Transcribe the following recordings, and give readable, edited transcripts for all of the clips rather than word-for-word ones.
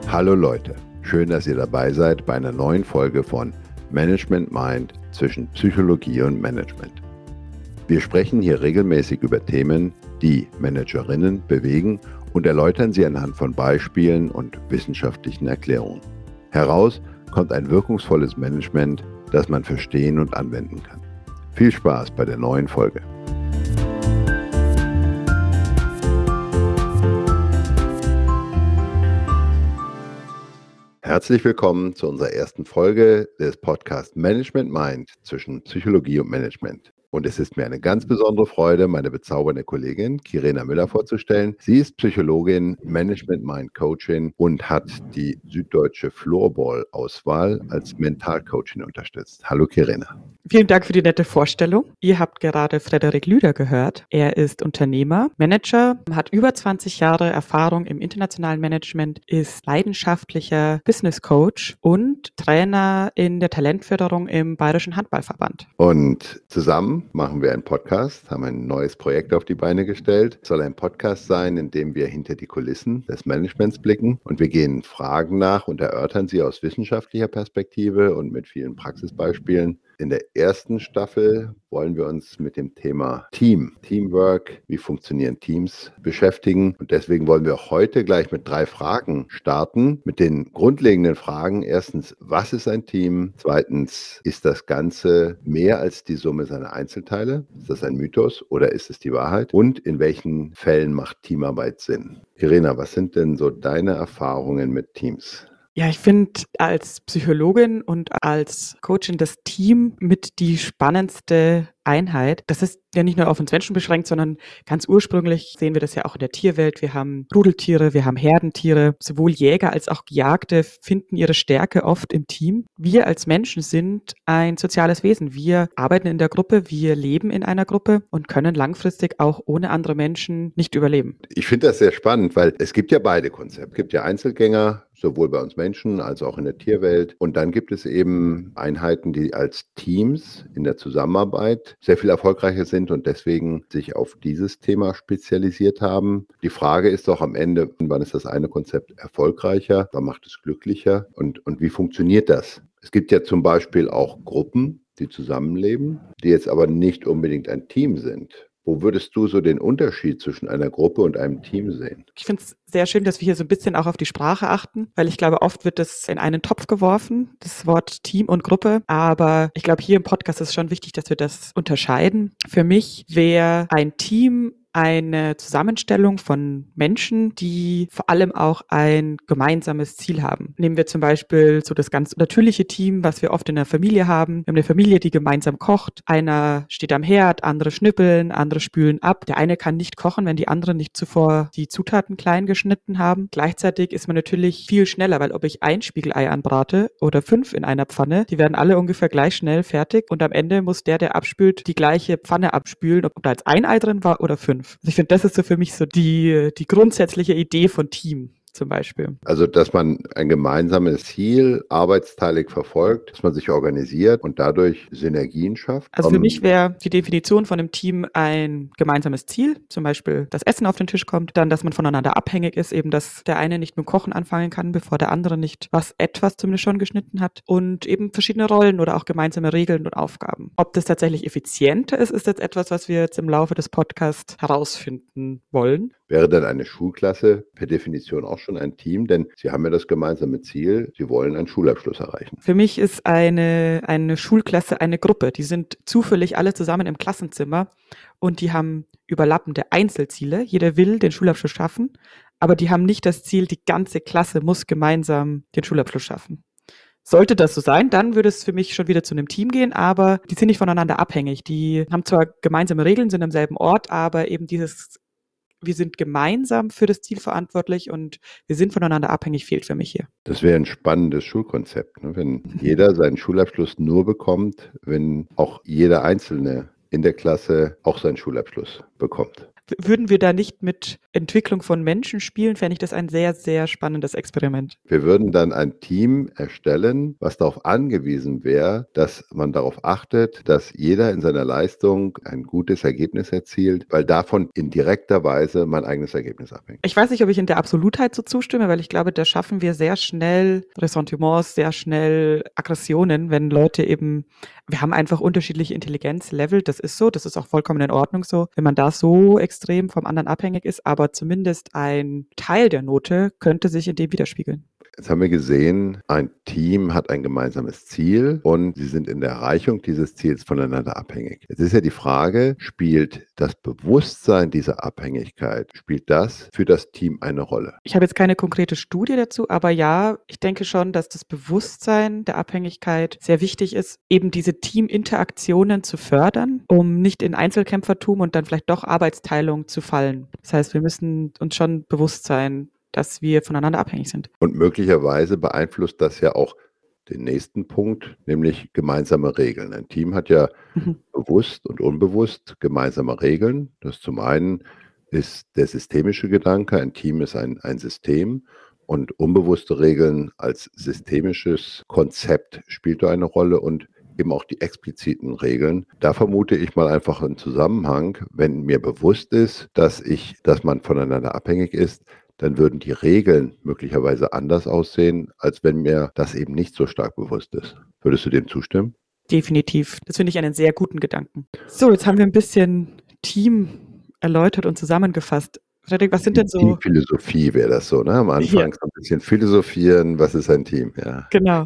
Hallo Leute, schön, dass ihr dabei seid bei einer neuen Folge von Management Mind zwischen Psychologie und Management. Wir sprechen hier regelmäßig über Themen, die Managerinnen bewegen und erläutern sie anhand von Beispielen und wissenschaftlichen Erklärungen. Heraus kommt ein wirkungsvolles Management, das man verstehen und anwenden kann. Viel Spaß bei der neuen Folge. Herzlich willkommen zu unserer ersten Folge des Podcasts Management Mind zwischen Psychologie und Management. Und es ist mir eine ganz besondere Freude, meine bezaubernde Kollegin Kirena Müller vorzustellen. Sie ist Psychologin, Management Mind Coachin und hat die Süddeutsche Floorball-Auswahl als Mentalcoachin unterstützt. Hallo Kirena. Vielen Dank für die nette Vorstellung. Ihr habt gerade Frederik Lüder gehört. Er ist Unternehmer, Manager, hat über 20 Jahre Erfahrung im internationalen Management, ist leidenschaftlicher Business Coach und Trainer in der Talentförderung im Bayerischen Handballverband. Und zusammen machen wir einen Podcast, haben ein neues Projekt auf die Beine gestellt. Es soll ein Podcast sein, in dem wir hinter die Kulissen des Managements blicken und wir gehen Fragen nach und erörtern sie aus wissenschaftlicher Perspektive und mit vielen Praxisbeispielen. In der ersten Staffel wollen wir uns mit dem Thema Teamwork, wie funktionieren Teams, beschäftigen. Und deswegen wollen wir heute gleich mit 3 Fragen starten. Mit den grundlegenden Fragen. Erstens, was ist ein Team? Zweitens, ist das Ganze mehr als die Summe seiner Einzelteile? Ist das ein Mythos oder ist es die Wahrheit? Und in welchen Fällen macht Teamarbeit Sinn? Irena, was sind denn so deine Erfahrungen mit Teams? Ja, ich finde als Psychologin und als Coachin das Team mit die spannendste Einheit. Das ist ja nicht nur auf uns Menschen beschränkt, sondern ganz ursprünglich sehen wir das ja auch in der Tierwelt. Wir haben Rudeltiere, wir haben Herdentiere. Sowohl Jäger als auch Gejagte finden ihre Stärke oft im Team. Wir als Menschen sind ein soziales Wesen. Wir arbeiten in der Gruppe, wir leben in einer Gruppe und können langfristig auch ohne andere Menschen nicht überleben. Ich finde das sehr spannend, weil es gibt ja beide Konzepte. Es gibt ja Einzelgänger, sowohl bei uns Menschen als auch in der Tierwelt. Und dann gibt es eben Einheiten, die als Teams in der Zusammenarbeit sehr viel erfolgreicher sind und deswegen sich auf dieses Thema spezialisiert haben. Die Frage ist doch am Ende, wann ist das eine Konzept erfolgreicher, wann macht es glücklicher und wie funktioniert das? Es gibt ja zum Beispiel auch Gruppen, die zusammenleben, die jetzt aber nicht unbedingt ein Team sind. Wo würdest du so den Unterschied zwischen einer Gruppe und einem Team sehen? Ich finde es sehr schön, dass wir hier so ein bisschen auch auf die Sprache achten, weil ich glaube, oft wird das in einen Topf geworfen, das Wort Team und Gruppe. Aber ich glaube, hier im Podcast ist es schon wichtig, dass wir das unterscheiden. Für mich wäre ein Team eine Zusammenstellung von Menschen, die vor allem auch ein gemeinsames Ziel haben. Nehmen wir zum Beispiel so das ganz natürliche Team, was wir oft in der Familie haben. Wir haben eine Familie, die gemeinsam kocht. Einer steht am Herd, andere schnippeln, andere spülen ab. Der eine kann nicht kochen, wenn die anderen nicht zuvor die Zutaten klein geschnitten haben. Gleichzeitig ist man natürlich viel schneller, weil ob ich ein Spiegelei anbrate oder 5 in einer Pfanne, die werden alle ungefähr gleich schnell fertig und am Ende muss der abspült, die gleiche Pfanne abspülen, ob da jetzt ein Ei drin war oder 5. Also ich finde, das ist so für mich so die grundsätzliche Idee von Team zum Beispiel. Also, dass man ein gemeinsames Ziel arbeitsteilig verfolgt, dass man sich organisiert und dadurch Synergien schafft. Also für mich wäre die Definition von einem Team ein gemeinsames Ziel, zum Beispiel das Essen auf den Tisch kommt, dann, dass man voneinander abhängig ist, eben, dass der eine nicht mit dem Kochen anfangen kann, bevor der andere nicht etwas zumindest schon geschnitten hat und eben verschiedene Rollen oder auch gemeinsame Regeln und Aufgaben. Ob das tatsächlich effizienter ist jetzt etwas, was wir jetzt im Laufe des Podcasts herausfinden wollen. Wäre dann eine Schulklasse per Definition auch schon ein Team? Denn Sie haben ja das gemeinsame Ziel, Sie wollen einen Schulabschluss erreichen. Für mich ist eine Schulklasse eine Gruppe. Die sind zufällig alle zusammen im Klassenzimmer und die haben überlappende Einzelziele. Jeder will den Schulabschluss schaffen, aber die haben nicht das Ziel, die ganze Klasse muss gemeinsam den Schulabschluss schaffen. Sollte das so sein, dann würde es für mich schon wieder zu einem Team gehen, aber die sind nicht voneinander abhängig. Die haben zwar gemeinsame Regeln, sind am selben Ort, aber eben wir sind gemeinsam für das Ziel verantwortlich und wir sind voneinander abhängig, fehlt für mich hier. Das wäre ein spannendes Schulkonzept, ne? Wenn jeder seinen Schulabschluss nur bekommt, wenn auch jeder Einzelne in der Klasse auch seinen Schulabschluss bekommt. Würden wir da nicht mit Entwicklung von Menschen spielen, fände ich das ein sehr, sehr spannendes Experiment. Wir würden dann ein Team erstellen, was darauf angewiesen wäre, dass man darauf achtet, dass jeder in seiner Leistung ein gutes Ergebnis erzielt, weil davon in direkter Weise mein eigenes Ergebnis abhängt. Ich weiß nicht, ob ich in der Absolutheit so zustimme, weil ich glaube, da schaffen wir sehr schnell Ressentiments, sehr schnell Aggressionen, wenn Leute eben, wir haben einfach unterschiedliche Intelligenzlevel, das ist so, das ist auch vollkommen in Ordnung so, wenn man da so extrem vom anderen abhängig ist, aber zumindest ein Teil der Note könnte sich in dem widerspiegeln. Jetzt haben wir gesehen, ein Team hat ein gemeinsames Ziel und sie sind in der Erreichung dieses Ziels voneinander abhängig. Jetzt ist ja die Frage, spielt das Bewusstsein dieser Abhängigkeit, spielt das für das Team eine Rolle? Ich habe jetzt keine konkrete Studie dazu, aber ja, ich denke schon, dass das Bewusstsein der Abhängigkeit sehr wichtig ist, eben diese Teaminteraktionen zu fördern, um nicht in Einzelkämpfertum und dann vielleicht doch Arbeitsteilung zu fallen. Das heißt, wir müssen uns schon bewusst sein, dass wir voneinander abhängig sind. Und möglicherweise beeinflusst das ja auch den nächsten Punkt, nämlich gemeinsame Regeln. Ein Team hat ja bewusst und unbewusst gemeinsame Regeln. Das zum einen ist der systemische Gedanke, ein Team ist ein System und unbewusste Regeln als systemisches Konzept spielt da eine Rolle und eben auch die expliziten Regeln. Da vermute ich mal einfach einen Zusammenhang, wenn mir bewusst ist, dass man voneinander abhängig ist, dann würden die Regeln möglicherweise anders aussehen, als wenn mir das eben nicht so stark bewusst ist. Würdest du dem zustimmen? Definitiv. Das finde ich einen sehr guten Gedanken. So, jetzt haben wir ein bisschen Team erläutert und zusammengefasst. Frederik, was sind denn so... Teamphilosophie wäre das so, ne? Am Anfang so ein bisschen philosophieren, was ist ein Team? Ja. Genau.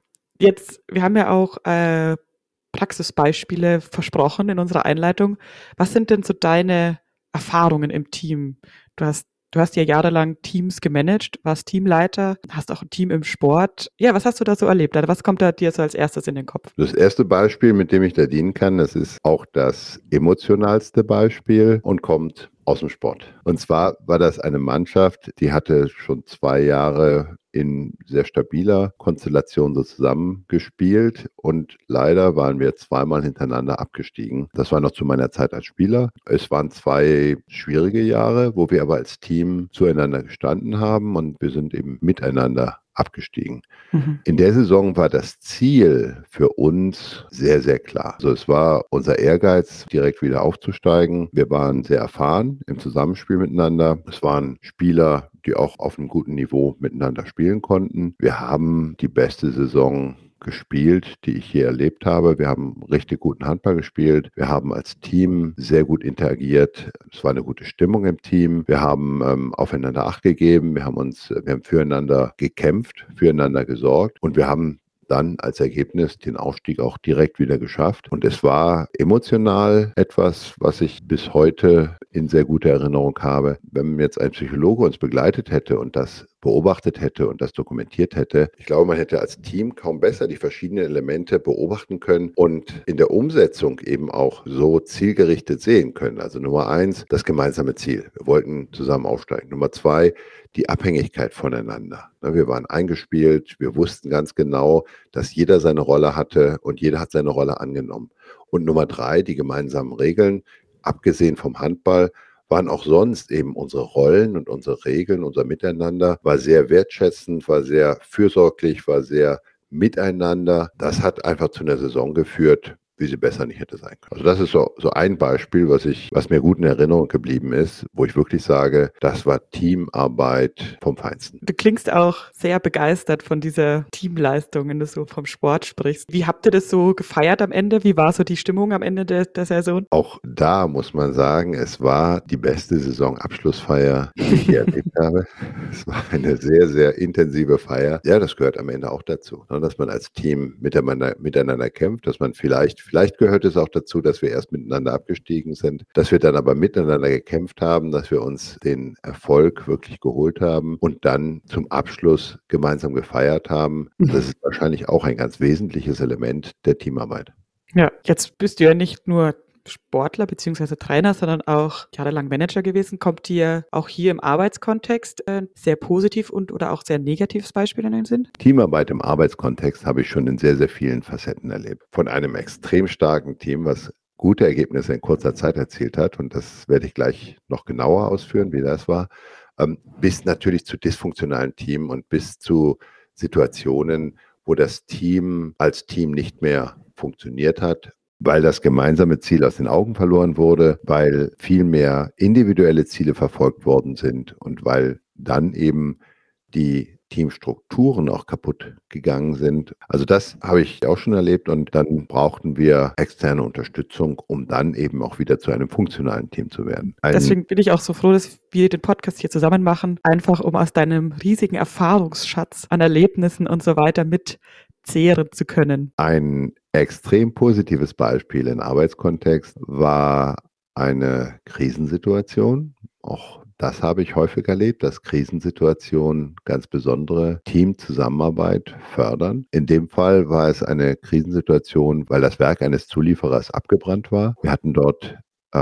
Jetzt, wir haben ja auch Praxisbeispiele versprochen in unserer Einleitung. Was sind denn so deine Erfahrungen im Team? Du hast ja jahrelang Teams gemanagt, warst Teamleiter, hast auch ein Team im Sport. Ja, was hast du da so erlebt? Was kommt da dir so als erstes in den Kopf? Das erste Beispiel, mit dem ich da dienen kann, das ist auch das emotionalste Beispiel und kommt aus dem Sport. Und zwar war das eine Mannschaft, die hatte schon 2 Jahre in sehr stabiler Konstellation so zusammengespielt und leider waren wir 2-mal hintereinander abgestiegen. Das war noch zu meiner Zeit als Spieler. Es waren 2 schwierige Jahre, wo wir aber als Team zueinander gestanden haben und wir sind eben miteinander abgestiegen. In der Saison war das Ziel für uns sehr, sehr klar. Also es war unser Ehrgeiz, direkt wieder aufzusteigen. Wir waren sehr erfahren im Zusammenspiel miteinander. Es waren Spieler, die auch auf einem guten Niveau miteinander spielen konnten. Wir haben die beste Saison gespielt, die ich je erlebt habe. Wir haben richtig guten Handball gespielt. Wir haben als Team sehr gut interagiert. Es war eine gute Stimmung im Team. Wir haben aufeinander Acht gegeben. Wir haben füreinander gekämpft, füreinander gesorgt und wir haben dann als Ergebnis den Aufstieg auch direkt wieder geschafft. Und es war emotional etwas, was ich bis heute in sehr guter Erinnerung habe. Wenn jetzt ein Psychologe uns begleitet hätte und das beobachtet hätte und das dokumentiert hätte, ich glaube, man hätte als Team kaum besser die verschiedenen Elemente beobachten können und in der Umsetzung eben auch so zielgerichtet sehen können. Also Nummer 1, das gemeinsame Ziel. Wir wollten zusammen aufsteigen. Nummer 2, die Abhängigkeit voneinander. Wir waren eingespielt, wir wussten ganz genau, dass jeder seine Rolle hatte und jeder hat seine Rolle angenommen. Und Nummer 3, die gemeinsamen Regeln, abgesehen vom Handball, waren auch sonst eben unsere Rollen und unsere Regeln, unser Miteinander, war sehr wertschätzend, war sehr fürsorglich, war sehr miteinander. Das hat einfach zu einer Saison geführt, wie sie besser nicht hätte sein können. Also das ist so ein Beispiel, was mir gut in Erinnerung geblieben ist, wo ich wirklich sage, das war Teamarbeit vom Feinsten. Du klingst auch sehr begeistert von dieser Teamleistung, wenn du so vom Sport sprichst. Wie habt ihr das so gefeiert am Ende? Wie war so die Stimmung am Ende der Saison? Auch da muss man sagen, es war die beste Saisonabschlussfeier, die ich je erlebt habe. Es war eine sehr, sehr intensive Feier. Ja, das gehört am Ende auch dazu, dass man als Team miteinander kämpft, dass man vielleicht gehört es auch dazu, dass wir erst miteinander abgestiegen sind, dass wir dann aber miteinander gekämpft haben, dass wir uns den Erfolg wirklich geholt haben und dann zum Abschluss gemeinsam gefeiert haben. Das ist wahrscheinlich auch ein ganz wesentliches Element der Teamarbeit. Ja, jetzt bist du ja nicht nur Sportler bzw. Trainer, sondern auch jahrelang Manager gewesen. Kommt dir auch hier im Arbeitskontext sehr positiv oder auch sehr negatives Beispiel in den Sinn? Teamarbeit im Arbeitskontext habe ich schon in sehr, sehr vielen Facetten erlebt. Von einem extrem starken Team, was gute Ergebnisse in kurzer Zeit erzielt hat, und das werde ich gleich noch genauer ausführen, wie das war, bis natürlich zu dysfunktionalen Teams und bis zu Situationen, wo das Team als Team nicht mehr funktioniert hat, weil das gemeinsame Ziel aus den Augen verloren wurde, weil viel mehr individuelle Ziele verfolgt worden sind und weil dann eben die Teamstrukturen auch kaputt gegangen sind. Also das habe ich auch schon erlebt, und dann brauchten wir externe Unterstützung, um dann eben auch wieder zu einem funktionalen Team zu werden. Deswegen bin ich auch so froh, dass wir den Podcast hier zusammen machen, einfach um aus deinem riesigen Erfahrungsschatz an Erlebnissen und so weiter mitzehren zu können. Ein extrem positives Beispiel im Arbeitskontext war eine Krisensituation. Auch das habe ich häufig erlebt, dass Krisensituationen ganz besondere Teamzusammenarbeit fördern. In dem Fall war es eine Krisensituation, weil das Werk eines Zulieferers abgebrannt war. Wir hatten dort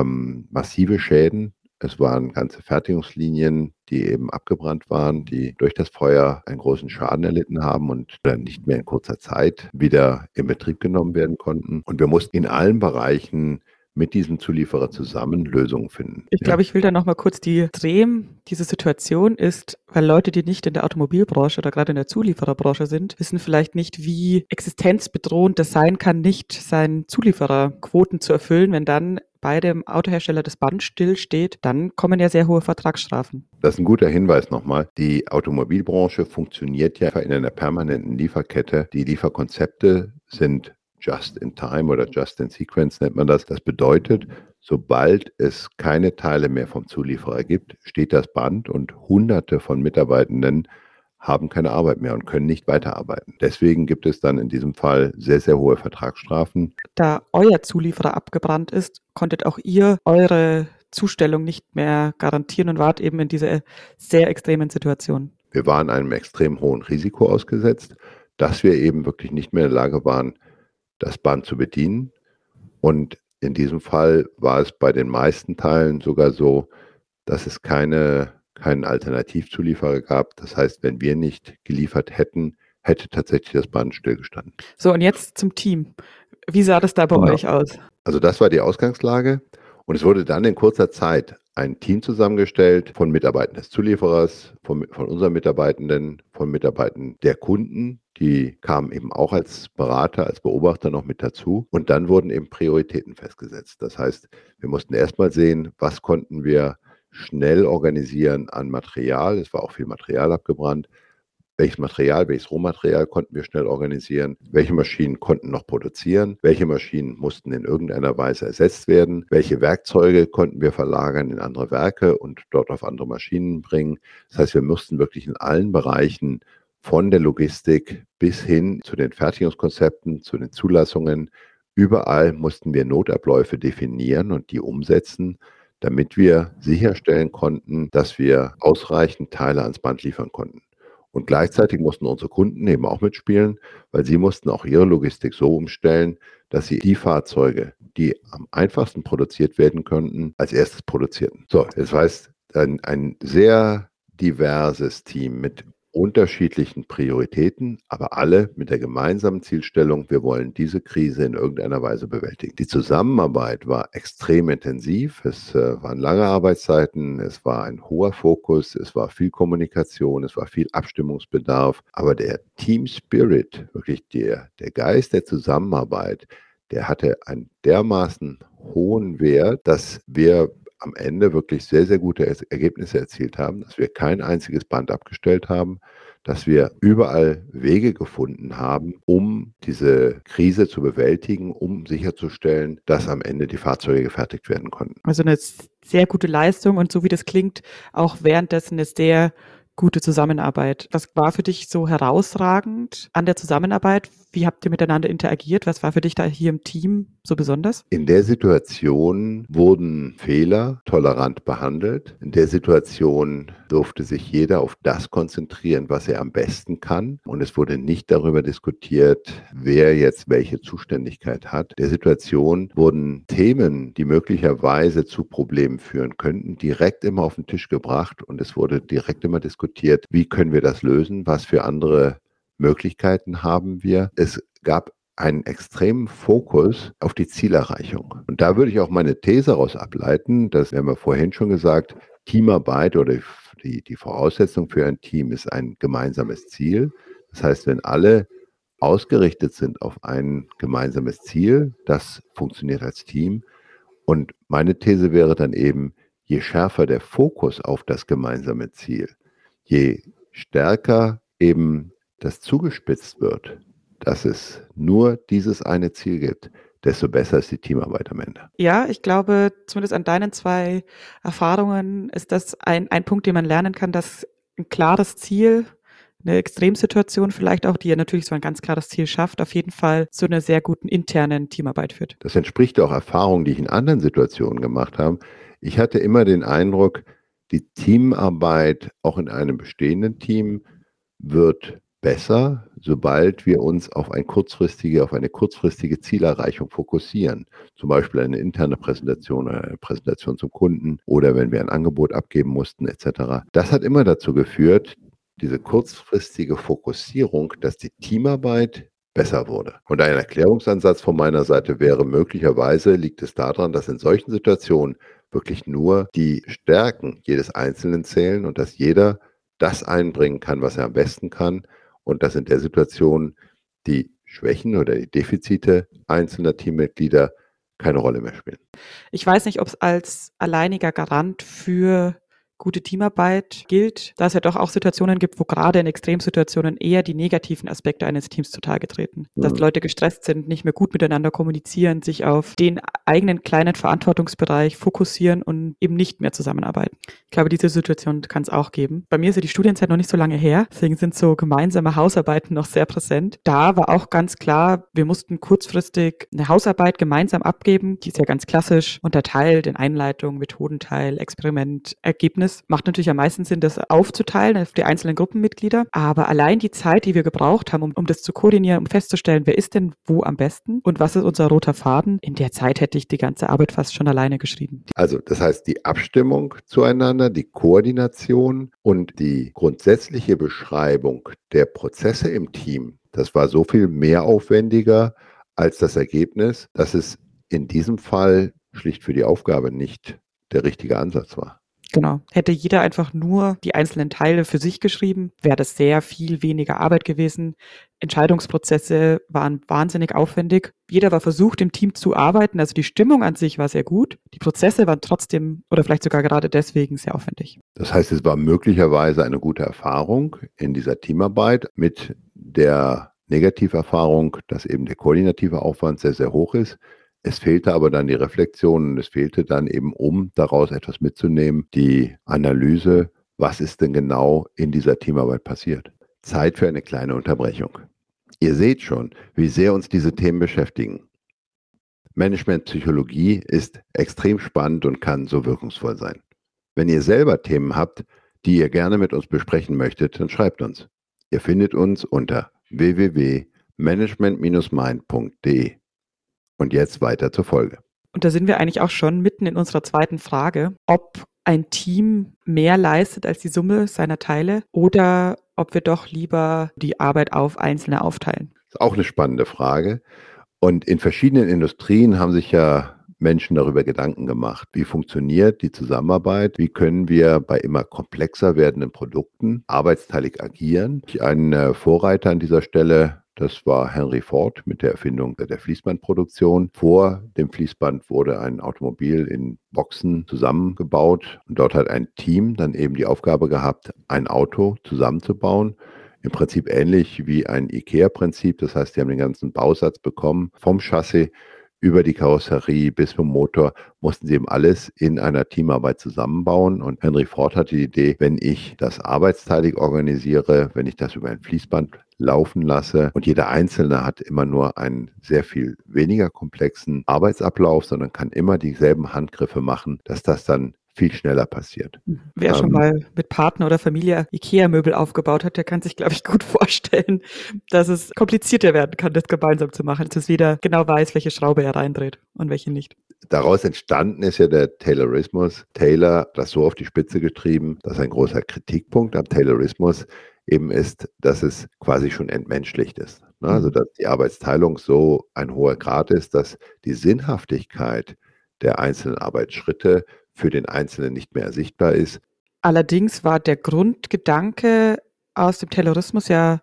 massive Schäden. Es waren ganze Fertigungslinien, die eben abgebrannt waren, die durch das Feuer einen großen Schaden erlitten haben und dann nicht mehr in kurzer Zeit wieder in Betrieb genommen werden konnten. Und wir mussten in allen Bereichen mit diesem Zulieferer zusammen Lösungen finden. Ich glaube, ich will da noch mal kurz die drehen. Diese Situation ist, weil Leute, die nicht in der Automobilbranche oder gerade in der Zuliefererbranche sind, wissen vielleicht nicht, wie existenzbedrohend das sein kann, nicht seinen Zuliefererquoten zu erfüllen, wenn dann bei dem Autohersteller das Band stillsteht, dann kommen ja sehr hohe Vertragsstrafen. Das ist ein guter Hinweis nochmal. Die Automobilbranche funktioniert ja in einer permanenten Lieferkette. Die Lieferkonzepte sind just in time oder just in sequence nennt man das. Das bedeutet, sobald es keine Teile mehr vom Zulieferer gibt, steht das Band und Hunderte von Mitarbeitenden haben keine Arbeit mehr und können nicht weiterarbeiten. Deswegen gibt es dann in diesem Fall sehr, sehr hohe Vertragsstrafen. Da euer Zulieferer abgebrannt ist, konntet auch ihr eure Zustellung nicht mehr garantieren und wart eben in dieser sehr extremen Situation. Wir waren einem extrem hohen Risiko ausgesetzt, dass wir eben wirklich nicht mehr in der Lage waren, das Band zu bedienen. Und in diesem Fall war es bei den meisten Teilen sogar so, dass es keinen Alternativzulieferer gab. Das heißt, wenn wir nicht geliefert hätten, hätte tatsächlich das Band stillgestanden. So, und jetzt zum Team. Wie sah das da bei euch aus? Also das war die Ausgangslage. Und es wurde dann in kurzer Zeit ein Team zusammengestellt von Mitarbeitern des Zulieferers, von unseren Mitarbeitenden, von Mitarbeitern der Kunden. Die kamen eben auch als Berater, als Beobachter noch mit dazu. Und dann wurden eben Prioritäten festgesetzt. Das heißt, wir mussten erstmal sehen, was konnten wir schnell organisieren an Material. Es war auch viel Material abgebrannt. Welches Material, welches Rohmaterial konnten wir schnell organisieren? Welche Maschinen konnten noch produzieren? Welche Maschinen mussten in irgendeiner Weise ersetzt werden? Welche Werkzeuge konnten wir verlagern in andere Werke und dort auf andere Maschinen bringen? Das heißt, wir mussten wirklich in allen Bereichen von der Logistik bis hin zu den Fertigungskonzepten, zu den Zulassungen, überall mussten wir Notabläufe definieren und die umsetzen, damit wir sicherstellen konnten, dass wir ausreichend Teile ans Band liefern konnten. Und gleichzeitig mussten unsere Kunden eben auch mitspielen, weil sie mussten auch ihre Logistik so umstellen, dass sie die Fahrzeuge, die am einfachsten produziert werden könnten, als erstes produzierten. So, das heißt, ein sehr diverses Team mit unterschiedlichen Prioritäten, aber alle mit der gemeinsamen Zielstellung, wir wollen diese Krise in irgendeiner Weise bewältigen. Die Zusammenarbeit war extrem intensiv, es waren lange Arbeitszeiten, es war ein hoher Fokus, es war viel Kommunikation, es war viel Abstimmungsbedarf, aber der Team Spirit, wirklich der Geist der Zusammenarbeit, der hatte einen dermaßen hohen Wert, dass wir am Ende wirklich sehr, sehr gute Ergebnisse erzielt haben, dass wir kein einziges Band abgestellt haben, dass wir überall Wege gefunden haben, um diese Krise zu bewältigen, um sicherzustellen, dass am Ende die Fahrzeuge gefertigt werden konnten. Also eine sehr gute Leistung und so wie das klingt, auch währenddessen eine sehr gute Zusammenarbeit. Was war für dich so herausragend an der Zusammenarbeit? Wie habt ihr miteinander interagiert? Was war für dich da hier im Team so besonders? In der Situation wurden Fehler tolerant behandelt. In der Situation durfte sich jeder auf das konzentrieren, was er am besten kann. Und es wurde nicht darüber diskutiert, wer jetzt welche Zuständigkeit hat. In der Situation wurden Themen, die möglicherweise zu Problemen führen könnten, direkt immer auf den Tisch gebracht. Und es wurde direkt immer diskutiert, wie können wir das lösen, was für andere Möglichkeiten haben wir. Es gab einen extremen Fokus auf die Zielerreichung. Und da würde ich auch meine These daraus ableiten, dass, wir haben ja vorhin schon gesagt, Teamarbeit oder die Voraussetzung für ein Team ist ein gemeinsames Ziel. Das heißt, wenn alle ausgerichtet sind auf ein gemeinsames Ziel, das funktioniert als Team. Und meine These wäre dann eben, je schärfer der Fokus auf das gemeinsame Ziel, je stärker eben das zugespitzt wird, dass es nur dieses eine Ziel gibt, desto besser ist die Teamarbeit am Ende. Ja, ich glaube, zumindest an deinen 2 Erfahrungen ist das ein Punkt, den man lernen kann, dass ein klares Ziel, eine Extremsituation vielleicht auch, die ja natürlich so ein ganz klares Ziel schafft, auf jeden Fall zu einer sehr guten internen Teamarbeit führt. Das entspricht auch Erfahrungen, die ich in anderen Situationen gemacht habe. Ich hatte immer den Eindruck, die Teamarbeit auch in einem bestehenden Team wird besser, sobald wir uns auf eine kurzfristige Zielerreichung fokussieren. Zum Beispiel eine interne Präsentation oder eine Präsentation zum Kunden oder wenn wir ein Angebot abgeben mussten etc. Das hat immer dazu geführt, diese kurzfristige Fokussierung, dass die Teamarbeit besser wurde. Und ein Erklärungsansatz von meiner Seite wäre, möglicherweise liegt es daran, dass in solchen Situationen wirklich nur die Stärken jedes Einzelnen zählen und dass jeder das einbringen kann, was er am besten kann und dass in der Situation die Schwächen oder die Defizite einzelner Teammitglieder keine Rolle mehr spielen. Ich weiß nicht, ob es als alleiniger Garant für gute Teamarbeit gilt, da es ja doch auch Situationen gibt, wo gerade in Extremsituationen eher die negativen Aspekte eines Teams zutage treten. Dass Leute gestresst sind, nicht mehr gut miteinander kommunizieren, sich auf den eigenen kleinen Verantwortungsbereich fokussieren und eben nicht mehr zusammenarbeiten. Ich glaube, diese Situation kann es auch geben. Bei mir ist ja die Studienzeit noch nicht so lange her, deswegen sind so gemeinsame Hausarbeiten noch sehr präsent. Da war auch ganz klar, wir mussten kurzfristig eine Hausarbeit gemeinsam abgeben. Die ist ja ganz klassisch unterteilt in Einleitung, Methodenteil, Experiment, Ergebnis. Macht natürlich am meisten Sinn, das aufzuteilen auf die einzelnen Gruppenmitglieder. Aber allein die Zeit, die wir gebraucht haben, um das zu koordinieren, um festzustellen, wer ist denn wo am besten und was ist unser roter Faden, in der Zeit hätte ich die ganze Arbeit fast schon alleine geschrieben. Also das heißt, die Abstimmung zueinander, die Koordination und die grundsätzliche Beschreibung der Prozesse im Team, das war so viel mehr aufwendiger als das Ergebnis, dass es in diesem Fall schlicht für die Aufgabe nicht der richtige Ansatz war. Genau. Hätte jeder einfach nur die einzelnen Teile für sich geschrieben, wäre das sehr viel weniger Arbeit gewesen. Entscheidungsprozesse waren wahnsinnig aufwendig. Jeder war versucht, im Team zu arbeiten. Also die Stimmung an sich war sehr gut. Die Prozesse waren trotzdem oder vielleicht sogar gerade deswegen sehr aufwendig. Das heißt, es war möglicherweise eine gute Erfahrung in dieser Teamarbeit mit der Negativerfahrung, dass eben der koordinative Aufwand sehr, sehr hoch ist. Es fehlte aber dann die Reflexion und es fehlte dann eben, um daraus etwas mitzunehmen, die Analyse, was ist denn genau in dieser Teamarbeit passiert. Zeit für eine kleine Unterbrechung. Ihr seht schon, wie sehr uns diese Themen beschäftigen. Managementpsychologie ist extrem spannend und kann so wirkungsvoll sein. Wenn ihr selber Themen habt, die ihr gerne mit uns besprechen möchtet, dann schreibt uns. Ihr findet uns unter www.management-mind.de. Und jetzt weiter zur Folge. Und da sind wir eigentlich auch schon mitten in unserer zweiten Frage, ob ein Team mehr leistet als die Summe seiner Teile oder ob wir doch lieber die Arbeit auf Einzelne aufteilen. Das ist auch eine spannende Frage. Und in verschiedenen Industrien haben sich ja Menschen darüber Gedanken gemacht. Wie funktioniert die Zusammenarbeit? Wie können wir bei immer komplexer werdenden Produkten arbeitsteilig agieren? Ein Vorreiter an dieser Stelle, das war Henry Ford mit der Erfindung der Fließbandproduktion. Vor dem Fließband wurde ein Automobil in Boxen zusammengebaut und dort hat ein Team dann eben die Aufgabe gehabt, ein Auto zusammenzubauen. Im Prinzip ähnlich wie ein IKEA-Prinzip. Das heißt, die haben den ganzen Bausatz bekommen, vom Chassis über die Karosserie bis zum Motor, mussten sie eben alles in einer Teamarbeit zusammenbauen. Und Henry Ford hatte die Idee, wenn ich das arbeitsteilig organisiere, wenn ich das über ein Fließband laufen lasse und jeder Einzelne hat immer nur einen sehr viel weniger komplexen Arbeitsablauf, sondern kann immer dieselben Handgriffe machen, dass das dann viel schneller passiert. Wer schon mal mit Partner oder Familie IKEA-Möbel aufgebaut hat, der kann sich, glaube ich, gut vorstellen, dass es komplizierter werden kann, das gemeinsam zu machen, dass jeder genau weiß, welche Schraube er reindreht und welche nicht. Daraus entstanden ist ja der Taylorismus. Taylor hat das so auf die Spitze getrieben, dass ein großer Kritikpunkt am Taylorismus eben ist, dass es quasi schon entmenschlicht ist. Ne? Also, Mhm. dass die Arbeitsteilung so ein hoher Grad ist, dass die Sinnhaftigkeit der einzelnen Arbeitsschritte für den Einzelnen nicht mehr ersichtbar ist. Allerdings war der Grundgedanke aus dem Taylorismus ja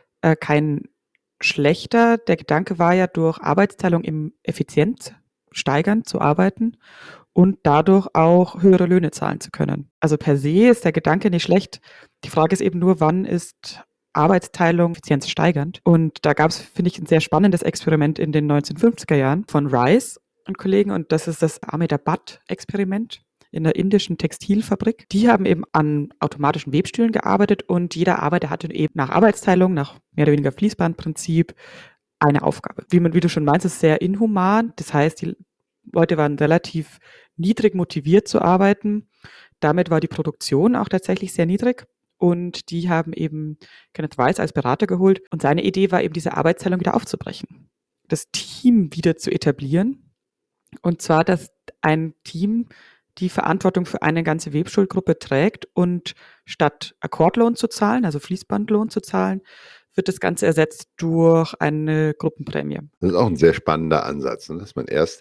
kein schlechter. Der Gedanke war ja, durch Arbeitsteilung im Effizienz steigern zu arbeiten und dadurch auch höhere Löhne zahlen zu können. Also per se ist der Gedanke nicht schlecht. Die Frage ist eben nur, wann ist Arbeitsteilung effizienzsteigernd? Und da gab es, finde ich, ein sehr spannendes Experiment in den 1950er Jahren von Rice und Kollegen, und das ist das Ahmedabad-Experiment in der indischen Textilfabrik. Die haben eben an automatischen Webstühlen gearbeitet und jeder Arbeiter hatte eben nach Arbeitsteilung, nach mehr oder weniger Fließbandprinzip, eine Aufgabe. Wie du schon meinst, ist es sehr inhuman. Das heißt, die Leute waren relativ niedrig motiviert zu arbeiten. Damit war die Produktion auch tatsächlich sehr niedrig. Und die haben eben Kenneth Weiss als Berater geholt. Und seine Idee war eben, diese Arbeitsteilung wieder aufzubrechen. Das Team wieder zu etablieren. Und zwar, dass ein Team die Verantwortung für eine ganze Webstuhlgruppe trägt und statt Akkordlohn zu zahlen, also Fließbandlohn zu zahlen, wird das Ganze ersetzt durch eine Gruppenprämie. Das ist auch ein sehr spannender Ansatz, ne? Dass man erst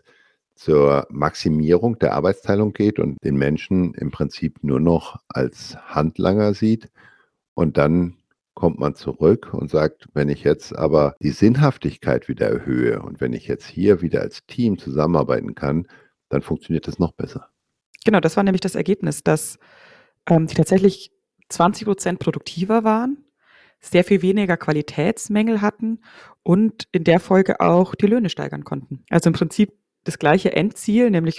zur Maximierung der Arbeitsteilung geht und den Menschen im Prinzip nur noch als Handlanger sieht. Und dann kommt man zurück und sagt, wenn ich jetzt aber die Sinnhaftigkeit wieder erhöhe und wenn ich jetzt hier wieder als Team zusammenarbeiten kann, dann funktioniert das noch besser. Genau, das war nämlich das Ergebnis, dass sie tatsächlich 20% produktiver waren, sehr viel weniger Qualitätsmängel hatten und in der Folge auch die Löhne steigern konnten. Also im Prinzip das gleiche Endziel, nämlich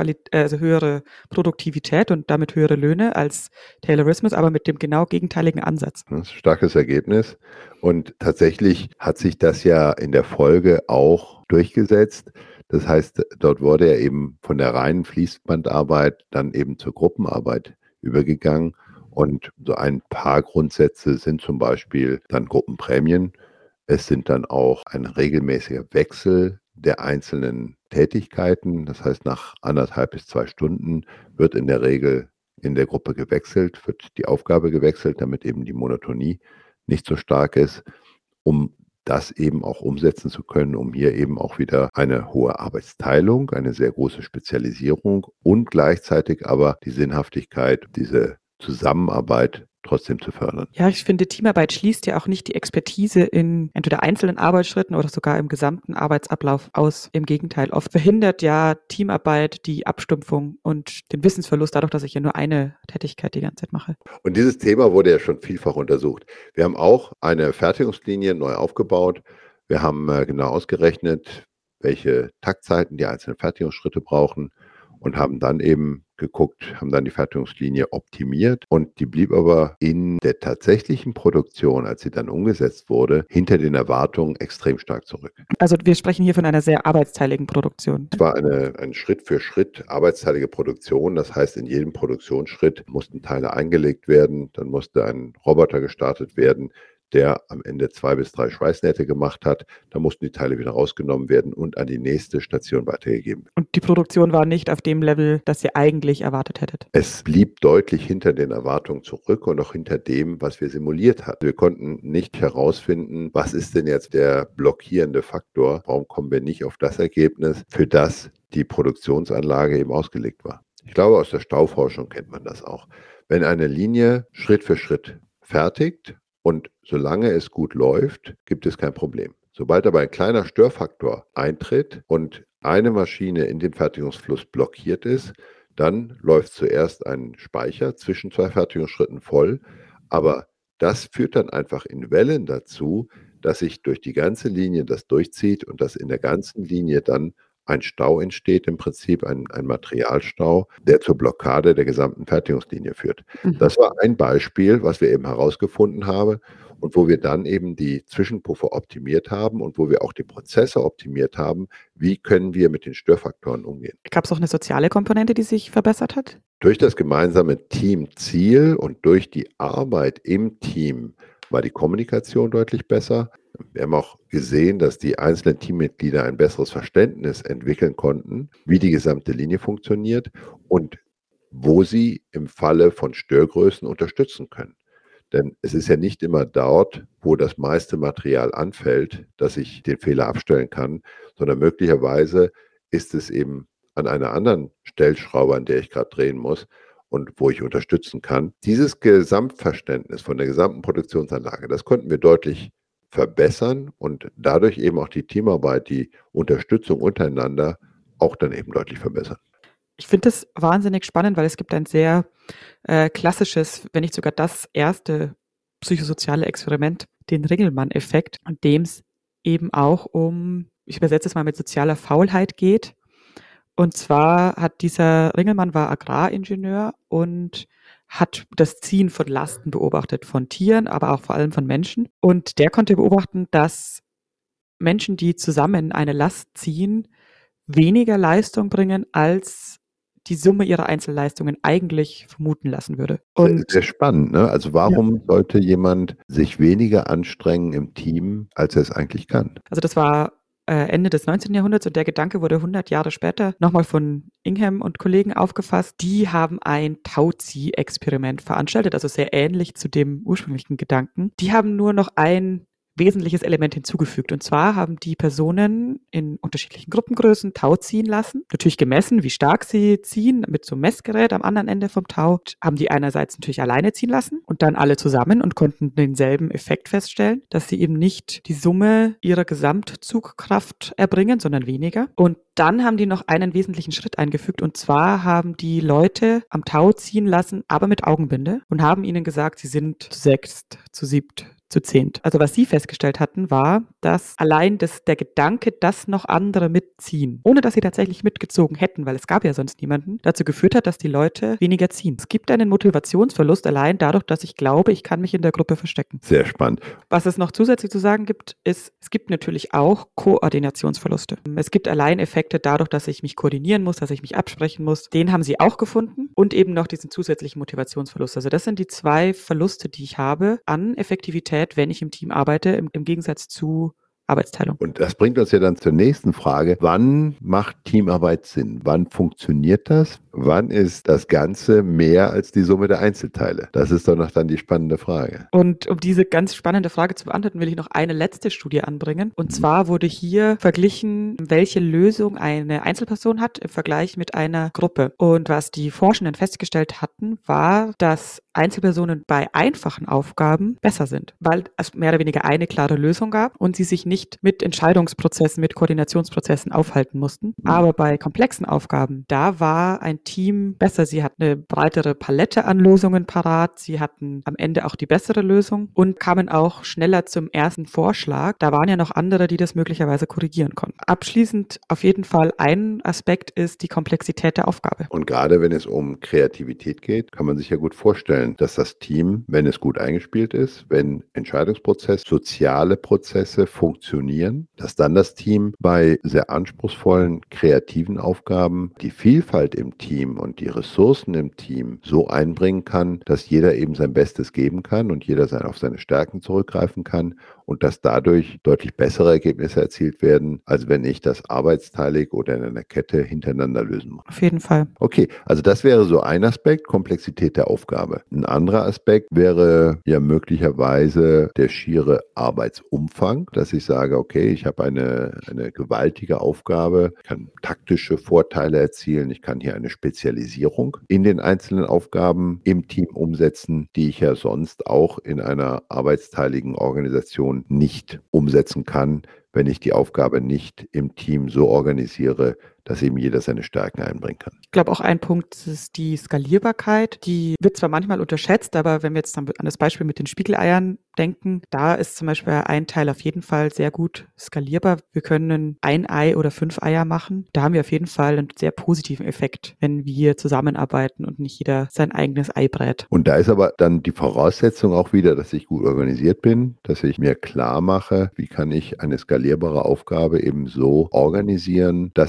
höhere Produktivität und damit höhere Löhne als Taylorismus, aber mit dem genau gegenteiligen Ansatz. Das ist ein starkes Ergebnis. Und tatsächlich hat sich das ja in der Folge auch durchgesetzt. Das heißt, dort wurde er eben von der reinen Fließbandarbeit dann eben zur Gruppenarbeit übergegangen. Und so ein paar Grundsätze sind zum Beispiel dann Gruppenprämien. Es sind dann auch ein regelmäßiger Wechsel der einzelnen Tätigkeiten. Das heißt, nach 1,5 bis 2 Stunden wird in der Regel in der Gruppe gewechselt, wird die Aufgabe gewechselt, damit eben die Monotonie nicht so stark ist, um das eben auch umsetzen zu können, um hier eben auch wieder eine hohe Arbeitsteilung, eine sehr große Spezialisierung und gleichzeitig aber die Sinnhaftigkeit, diese Zusammenarbeit trotzdem zu fördern. Ja, ich finde, Teamarbeit schließt ja auch nicht die Expertise in entweder einzelnen Arbeitsschritten oder sogar im gesamten Arbeitsablauf aus. Im Gegenteil, oft verhindert ja Teamarbeit die Abstumpfung und den Wissensverlust dadurch, dass ich ja nur eine Tätigkeit die ganze Zeit mache. Und dieses Thema wurde ja schon vielfach untersucht. Wir haben auch eine Fertigungslinie neu aufgebaut. Wir haben genau ausgerechnet, welche Taktzeiten die einzelnen Fertigungsschritte brauchen und haben dann eben geguckt, haben dann die Fertigungslinie optimiert und die blieb aber in der tatsächlichen Produktion, als sie dann umgesetzt wurde, hinter den Erwartungen extrem stark zurück. Also wir sprechen hier von einer sehr arbeitsteiligen Produktion. Es war eine Schritt für Schritt arbeitsteilige Produktion. Das heißt, in jedem Produktionsschritt mussten Teile eingelegt werden, dann musste ein Roboter gestartet werden, der am Ende 2 bis 3 Schweißnähte gemacht hat. Da mussten die Teile wieder rausgenommen werden und an die nächste Station weitergegeben werden. Und die Produktion war nicht auf dem Level, das ihr eigentlich erwartet hättet. Es blieb deutlich hinter den Erwartungen zurück und auch hinter dem, was wir simuliert hatten. Wir konnten nicht herausfinden, was ist denn jetzt der blockierende Faktor? Warum kommen wir nicht auf das Ergebnis, für das die Produktionsanlage eben ausgelegt war? Ich glaube, aus der Stauforschung kennt man das auch. Wenn eine Linie Schritt für Schritt fertigt und solange es gut läuft, gibt es kein Problem. Sobald aber ein kleiner Störfaktor eintritt und eine Maschine in dem Fertigungsfluss blockiert ist, dann läuft zuerst ein Speicher zwischen 2 Fertigungsschritten voll, aber das führt dann einfach in Wellen dazu, dass sich durch die ganze Linie das durchzieht und dass in der ganzen Linie dann ein Stau entsteht, im Prinzip ein Materialstau, der zur Blockade der gesamten Fertigungslinie führt. Das war ein Beispiel, was wir eben herausgefunden haben und wo wir dann eben die Zwischenpuffer optimiert haben und wo wir auch die Prozesse optimiert haben. Wie können wir mit den Störfaktoren umgehen? Gab es auch eine soziale Komponente, die sich verbessert hat? Durch das gemeinsame Teamziel und durch die Arbeit im Team war die Kommunikation deutlich besser. Wir haben auch gesehen, dass die einzelnen Teammitglieder ein besseres Verständnis entwickeln konnten, wie die gesamte Linie funktioniert und wo sie im Falle von Störgrößen unterstützen können. Denn es ist ja nicht immer dort, wo das meiste Material anfällt, dass ich den Fehler abstellen kann, sondern möglicherweise ist es eben an einer anderen Stellschraube, an der ich gerade drehen muss und wo ich unterstützen kann. Dieses Gesamtverständnis von der gesamten Produktionsanlage, das konnten wir deutlich verbessern und dadurch eben auch die Teamarbeit, die Unterstützung untereinander auch dann eben deutlich verbessern. Ich finde das wahnsinnig spannend, weil es gibt ein sehr klassisches, wenn nicht sogar das erste psychosoziale Experiment, den Ringelmann-Effekt, in dem es eben auch um, ich übersetze es mal mit sozialer Faulheit geht. Und zwar hat dieser Ringelmann war Agraringenieur und hat das Ziehen von Lasten beobachtet, von Tieren, aber auch vor allem von Menschen. Und der konnte beobachten, dass Menschen, die zusammen eine Last ziehen, weniger Leistung bringen, als die Summe ihrer Einzelleistungen eigentlich vermuten lassen würde. Und Sehr spannend, ne? Also warum sollte jemand sich weniger anstrengen im Team, als er es eigentlich kann? also das war Ende des 19. Jahrhunderts und der Gedanke wurde 100 Jahre später nochmal von Ingham und Kollegen aufgefasst. Die haben ein Tauzieh-Experiment veranstaltet, also sehr ähnlich zu dem ursprünglichen Gedanken. Die haben nur noch ein wesentliches Element hinzugefügt. Und zwar haben die Personen in unterschiedlichen Gruppengrößen Tau ziehen lassen. Natürlich gemessen, wie stark sie ziehen, mit so einem Messgerät am anderen Ende vom Tau. Haben die einerseits natürlich alleine ziehen lassen und dann alle zusammen und konnten denselben Effekt feststellen, dass sie eben nicht die Summe ihrer Gesamtzugkraft erbringen, sondern weniger. Und dann haben die noch einen wesentlichen Schritt eingefügt und zwar haben die Leute am Tau ziehen lassen, aber mit Augenbinde und haben ihnen gesagt, sie sind zu sechst, zu siebt, zu zehnt. Also was sie festgestellt hatten, war, dass allein der Gedanke, dass noch andere mitziehen, ohne dass sie tatsächlich mitgezogen hätten, weil es gab ja sonst niemanden, dazu geführt hat, dass die Leute weniger ziehen. Es gibt einen Motivationsverlust allein dadurch, dass ich glaube, ich kann mich in der Gruppe verstecken. Sehr spannend. Was es noch zusätzlich zu sagen gibt, ist, es gibt natürlich auch Koordinationsverluste. Es gibt allein Effekte dadurch, dass ich mich koordinieren muss, dass ich mich absprechen muss. Den haben sie auch gefunden und eben noch diesen zusätzlichen Motivationsverlust. Also das sind die zwei Verluste, die ich habe an Effektivität, wenn ich im Team arbeite, im Gegensatz zu Arbeitsteilung. Und das bringt uns ja dann zur nächsten Frage. Wann macht Teamarbeit Sinn? Wann funktioniert das? Wann ist das Ganze mehr als die Summe der Einzelteile? Das ist doch noch dann die spannende Frage. Und um diese ganz spannende Frage zu beantworten, will ich noch eine letzte Studie anbringen. Und zwar wurde hier verglichen, welche Lösung eine Einzelperson hat im Vergleich mit einer Gruppe. Und was die Forschenden festgestellt hatten, war, dass Einzelpersonen bei einfachen Aufgaben besser sind, weil es mehr oder weniger eine klare Lösung gab und sie sich nicht mit Entscheidungsprozessen, mit Koordinationsprozessen aufhalten mussten. Aber bei komplexen Aufgaben, da war ein Team besser. Sie hatten eine breitere Palette an Lösungen parat. Sie hatten am Ende auch die bessere Lösung und kamen auch schneller zum ersten Vorschlag. Da waren ja noch andere, die das möglicherweise korrigieren konnten. Abschließend auf jeden Fall ein Aspekt ist die Komplexität der Aufgabe. Und gerade wenn es um Kreativität geht, kann man sich ja gut vorstellen, dass das Team, wenn es gut eingespielt ist, wenn Entscheidungsprozesse, soziale Prozesse funktionieren, dass dann das Team bei sehr anspruchsvollen, kreativen Aufgaben die Vielfalt im Team und die Ressourcen im Team so einbringen kann, dass jeder eben sein Bestes geben kann und jeder auf seine Stärken zurückgreifen kann und dass dadurch deutlich bessere Ergebnisse erzielt werden, als wenn ich das arbeitsteilig oder in einer Kette hintereinander lösen muss. Auf jeden Fall. Okay, also das wäre so ein Aspekt, Komplexität der Aufgabe. Ein anderer Aspekt wäre ja möglicherweise der schiere Arbeitsumfang, dass ich sage, okay, ich habe eine gewaltige Aufgabe, kann taktische Vorteile erzielen, ich kann hier eine Spezialisierung in den einzelnen Aufgaben im Team umsetzen, die ich ja sonst auch in einer arbeitsteiligen Organisation nicht umsetzen kann, wenn ich die Aufgabe nicht im Team so organisiere, dass eben jeder seine Stärken einbringen kann. Ich glaube, auch ein Punkt ist die Skalierbarkeit. Die wird zwar manchmal unterschätzt, aber wenn wir jetzt dann an das Beispiel mit den Spiegeleiern denken, da ist zum Beispiel ein Teil auf jeden Fall sehr gut skalierbar. Wir können ein Ei oder 5 Eier machen. Da haben wir auf jeden Fall einen sehr positiven Effekt, wenn wir zusammenarbeiten und nicht jeder sein eigenes Ei brät. Und da ist aber dann die Voraussetzung auch wieder, dass ich gut organisiert bin, dass ich mir klar mache, wie kann ich eine skalierbare Aufgabe eben so organisieren, dass ich keine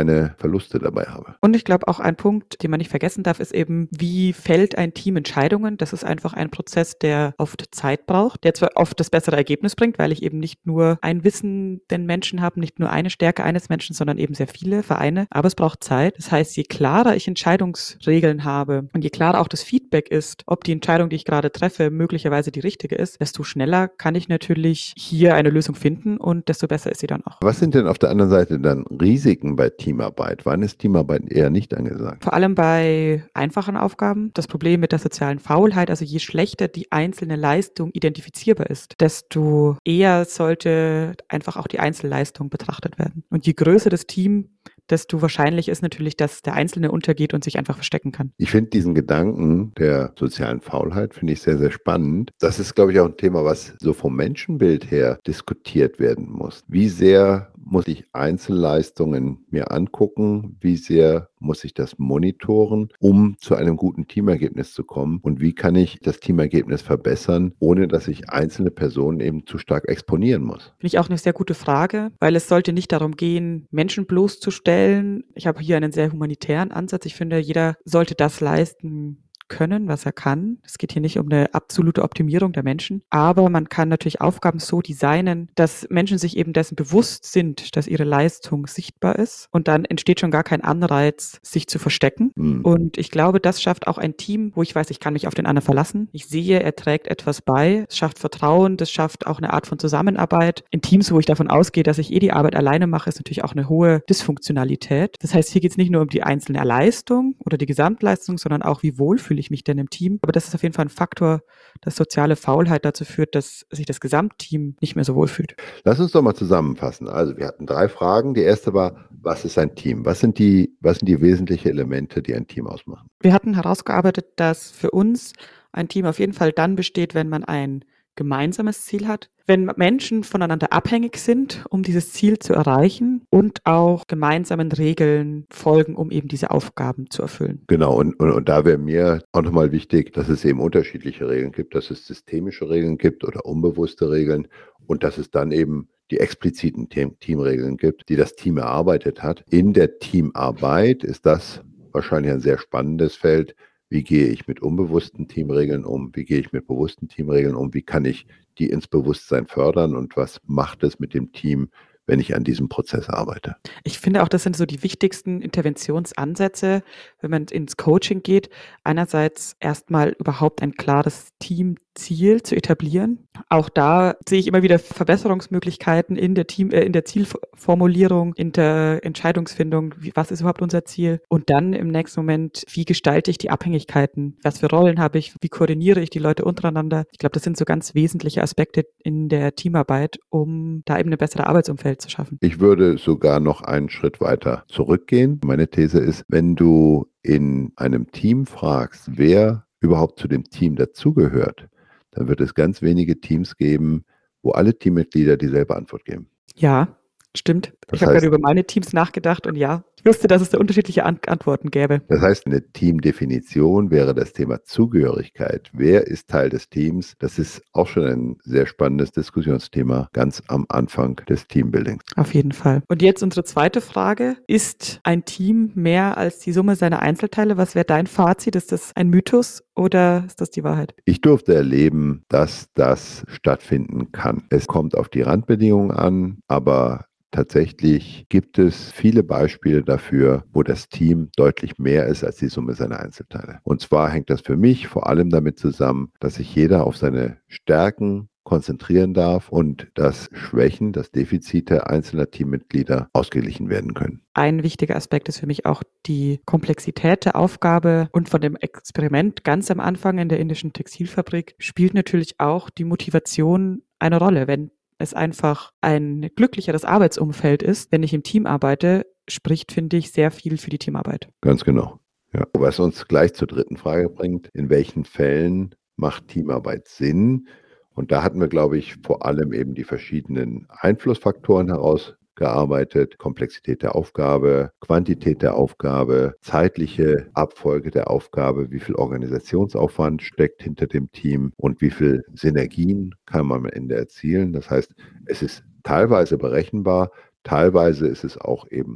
keine Verluste dabei habe. Und ich glaube, auch ein Punkt, den man nicht vergessen darf, ist eben, wie fällt ein Team Entscheidungen? Das ist einfach ein Prozess, der oft Zeit braucht, der zwar oft das bessere Ergebnis bringt, weil ich eben nicht nur ein wissenden Menschen habe, nicht nur eine Stärke eines Menschen, sondern eben sehr viele Vereine. Aber es braucht Zeit. Das heißt, je klarer ich Entscheidungsregeln habe und je klarer auch das Feedback ist, ob die Entscheidung, die ich gerade treffe, möglicherweise die richtige ist, desto schneller kann ich natürlich hier eine Lösung finden und desto besser ist sie dann auch. Was sind denn auf der anderen Seite dann Risiken bei Teamarbeit? Wann ist Teamarbeit eher nicht angesagt? Vor allem bei einfachen Aufgaben. Das Problem mit der sozialen Faulheit, also je schlechter die einzelne Leistung identifizierbar ist, desto eher sollte einfach auch die Einzelleistung betrachtet werden. Und je größer das Team, desto wahrscheinlich ist natürlich, dass der Einzelne untergeht und sich einfach verstecken kann. Ich finde diesen Gedanken der sozialen Faulheit, finde ich sehr, sehr spannend. Das ist, glaube ich, auch ein Thema, was so vom Menschenbild her diskutiert werden muss. Wie sehr muss ich Einzelleistungen mir angucken? Wie sehr muss ich das monitoren, um zu einem guten Teamergebnis zu kommen? Und wie kann ich das Teamergebnis verbessern, ohne dass ich einzelne Personen eben zu stark exponieren muss? Finde ich auch eine sehr gute Frage, weil es sollte nicht darum gehen, Menschen bloßzustellen. Ich habe hier einen sehr humanitären Ansatz. Ich finde, jeder sollte das leisten können, was er kann. Es geht hier nicht um eine absolute Optimierung der Menschen, aber man kann natürlich Aufgaben so designen, dass Menschen sich eben dessen bewusst sind, dass ihre Leistung sichtbar ist und dann entsteht schon gar kein Anreiz, sich zu verstecken. Und ich glaube, das schafft auch ein Team, wo ich weiß, ich kann mich auf den anderen verlassen. Ich sehe, er trägt etwas bei. Es schafft Vertrauen, das schafft auch eine Art von Zusammenarbeit. In Teams, wo ich davon ausgehe, dass ich die Arbeit alleine mache, ist natürlich auch eine hohe Dysfunktionalität. Das heißt, hier geht es nicht nur um die einzelne Leistung oder die Gesamtleistung, sondern auch, wie wohl fühle ich mich denn im Team. Aber das ist auf jeden Fall ein Faktor, dass soziale Faulheit dazu führt, dass sich das Gesamtteam nicht mehr so wohl fühlt. Lass uns doch mal zusammenfassen. Also wir hatten 3 Fragen. Die erste war, was ist ein Team? Was sind die wesentlichen Elemente, die ein Team ausmachen? Wir hatten herausgearbeitet, dass für uns ein Team auf jeden Fall dann besteht, wenn man ein gemeinsames Ziel hat, wenn Menschen voneinander abhängig sind, um dieses Ziel zu erreichen und auch gemeinsamen Regeln folgen, um eben diese Aufgaben zu erfüllen. Genau, und da wäre mir auch nochmal wichtig, dass es eben unterschiedliche Regeln gibt, dass es systemische Regeln gibt oder unbewusste Regeln und dass es dann eben die expliziten Teamregeln gibt, die das Team erarbeitet hat. In der Teamarbeit ist das wahrscheinlich ein sehr spannendes Feld. Wie gehe ich mit unbewussten Teamregeln um? Wie gehe ich mit bewussten Teamregeln um? Wie kann ich die ins Bewusstsein fördern? Und was macht es mit dem Team, wenn ich an diesem Prozess arbeite? Ich finde auch, das sind so die wichtigsten Interventionsansätze, wenn man ins Coaching geht. Einerseits erstmal überhaupt ein klares Teamziel zu etablieren. Auch da sehe ich immer wieder Verbesserungsmöglichkeiten in der Zielformulierung, in der Entscheidungsfindung. Was ist überhaupt unser Ziel? Und dann im nächsten Moment, wie gestalte ich die Abhängigkeiten? Was für Rollen habe ich? Wie koordiniere ich die Leute untereinander? Ich glaube, das sind so ganz wesentliche Aspekte in der Teamarbeit, um da eben ein besseres Arbeitsumfeld zu schaffen. Ich würde sogar noch einen Schritt weiter zurückgehen. Meine These ist, wenn du in einem Team fragst, wer überhaupt zu dem Team dazugehört, dann wird es ganz wenige Teams geben, wo alle Teammitglieder dieselbe Antwort geben. Ja, stimmt. Ich habe gerade über meine Teams nachgedacht und ja, ich wusste, dass es da unterschiedliche Antworten gäbe. Das heißt, eine Teamdefinition wäre das Thema Zugehörigkeit. Wer ist Teil des Teams? Das ist auch schon ein sehr spannendes Diskussionsthema ganz am Anfang des Teambuildings. Auf jeden Fall. Und jetzt unsere zweite Frage. Ist ein Team mehr als die Summe seiner Einzelteile? Was wäre dein Fazit? Ist das ein Mythos oder ist das die Wahrheit? Ich durfte erleben, dass das stattfinden kann. Es kommt auf die Randbedingungen an, aber tatsächlich gibt es viele Beispiele dafür, wo das Team deutlich mehr ist als die Summe seiner Einzelteile. Und zwar hängt das für mich vor allem damit zusammen, dass sich jeder auf seine Stärken konzentrieren darf und dass Schwächen, dass Defizite einzelner Teammitglieder ausgeglichen werden können. Ein wichtiger Aspekt ist für mich auch die Komplexität der Aufgabe und von dem Experiment ganz am Anfang in der indischen Textilfabrik spielt natürlich auch die Motivation eine Rolle. Wenn es einfach ein glücklicheres Arbeitsumfeld ist, wenn ich im Team arbeite, spricht, finde ich, sehr viel für die Teamarbeit. Ganz genau. Ja. Was uns gleich zur dritten Frage bringt, in welchen Fällen macht Teamarbeit Sinn? Und da hatten wir, glaube ich, vor allem eben die verschiedenen Einflussfaktoren herausgearbeitet. Komplexität der Aufgabe, Quantität der Aufgabe, zeitliche Abfolge der Aufgabe, wie viel Organisationsaufwand steckt hinter dem Team und wie viel Synergien kann man am Ende erzielen. Das heißt, es ist teilweise berechenbar, teilweise ist es auch eben eine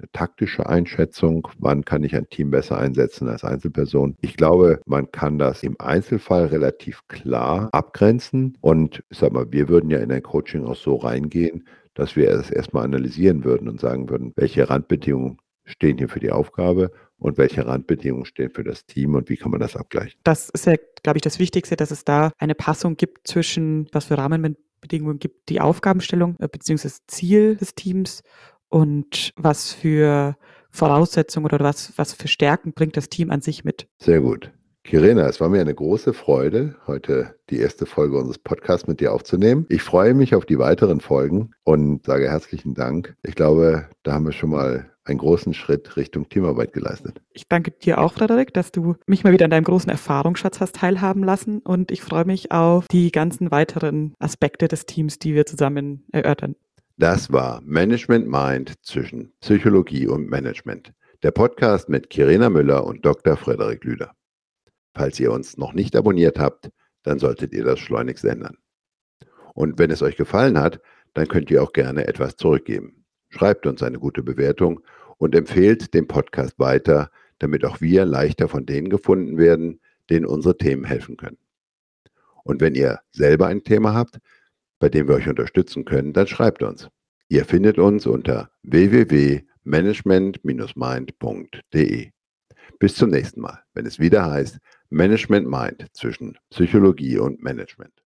eine taktische Einschätzung, wann kann ich ein Team besser einsetzen als Einzelperson. Ich glaube, man kann das im Einzelfall relativ klar abgrenzen und ich sag mal, wir würden ja in ein Coaching auch so reingehen, dass wir es erstmal analysieren würden und sagen würden, welche Randbedingungen stehen hier für die Aufgabe und welche Randbedingungen stehen für das Team und wie kann man das abgleichen. Das ist ja, glaube ich, das Wichtigste, dass es da eine Passung gibt zwischen, was für Rahmenbedingungen gibt die Aufgabenstellung bzw. das Ziel des Teams und was für Voraussetzungen oder was für Stärken bringt das Team an sich mit. Sehr gut. Kirena, es war mir eine große Freude, heute die erste Folge unseres Podcasts mit dir aufzunehmen. Ich freue mich auf die weiteren Folgen und sage herzlichen Dank. Ich glaube, da haben wir schon mal einen großen Schritt Richtung Teamarbeit geleistet. Ich danke dir auch, Frederik, dass du mich mal wieder an deinem großen Erfahrungsschatz hast teilhaben lassen und ich freue mich auf die ganzen weiteren Aspekte des Teams, die wir zusammen erörtern. Das war Management Mind zwischen Psychologie und Management. Der Podcast mit Kirena Müller und Dr. Frederik Lüder. Falls ihr uns noch nicht abonniert habt, dann solltet ihr das schleunigst ändern. Und wenn es euch gefallen hat, dann könnt ihr auch gerne etwas zurückgeben. Schreibt uns eine gute Bewertung und empfehlt den Podcast weiter, damit auch wir leichter von denen gefunden werden, denen unsere Themen helfen können. Und wenn ihr selber ein Thema habt, bei dem wir euch unterstützen können, dann schreibt uns. Ihr findet uns unter www.management-mind.de. Bis zum nächsten Mal, wenn es wieder heißt Management Mind zwischen Psychologie und Management.